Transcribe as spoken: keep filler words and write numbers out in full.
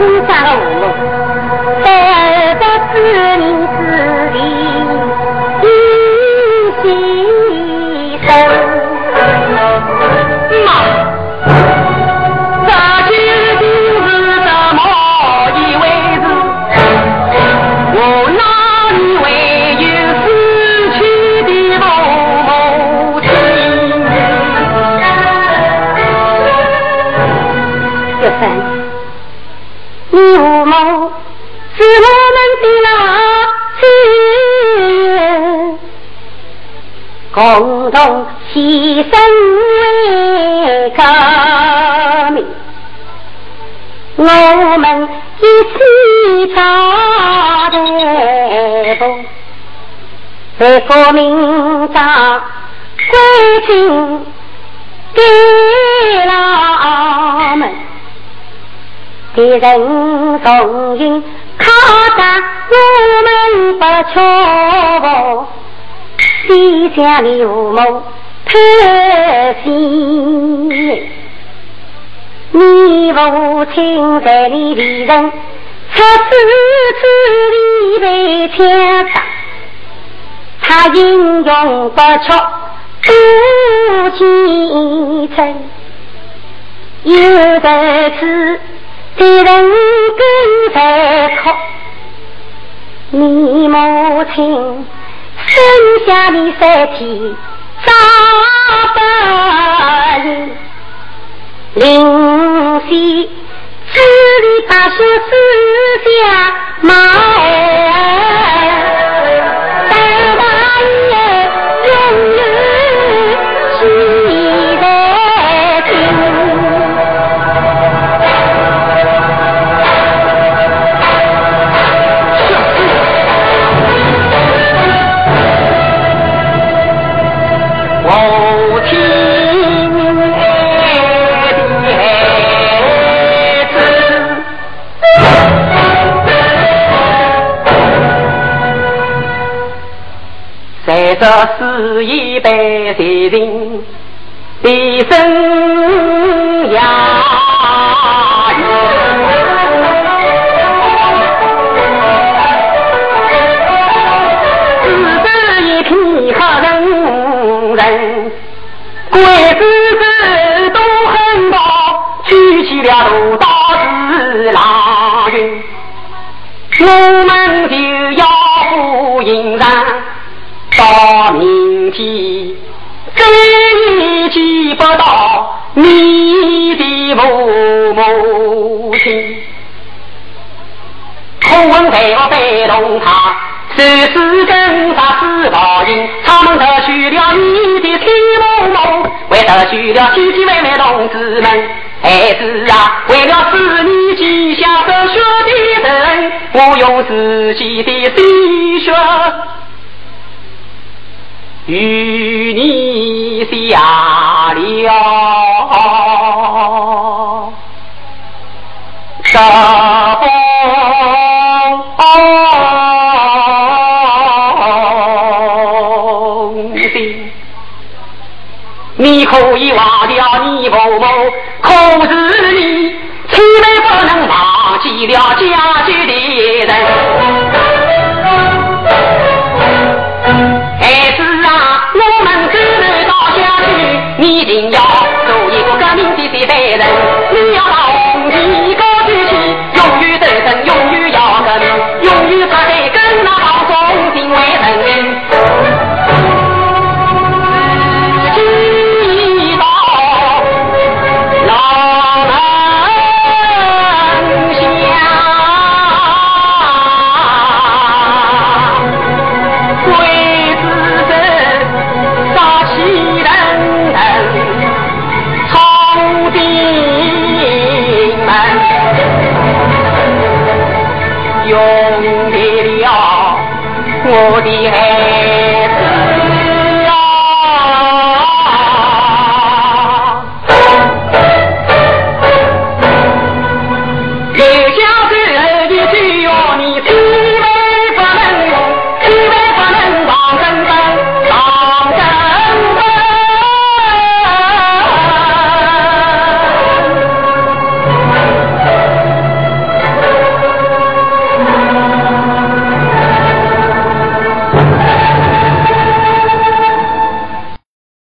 心上路，在儿的知名之地一心生。你无谋是我们的老亲，共同牺牲为革命，我们一起插队步，为国民党归情给老们。敌人从营靠打我们不缺乏，地下的无谋特心，你父亲在你敌人出师之力被枪杀，他英勇不屈不弃城，有在此敌人跟在哭，你母亲生下的三体扎不赢，灵犀只力把手撕下马儿，但那夜永远记在心。在这是一辈才人的生涯，只是一片黑人人，鬼子子都很多，举起了屠刀是狼云，我们就要不应然到明天再见不到你的母母亲，口吻为我背动他世事更大是报应，他们得去了你的亲母母，为得去了弟弟妹妹同志们，孩子啊，为了使你记下这血的人，我用自己的鲜血与你下了这封信，你可以忘掉你某某，可是你千万不能忘记了家居的人。你一定要做一个革命的接班人，你要把红旗高举起，永远斗争，永远要革命，永远他得跟那好中心为人民。知道老门下鬼子人杀气人用得了我的爱。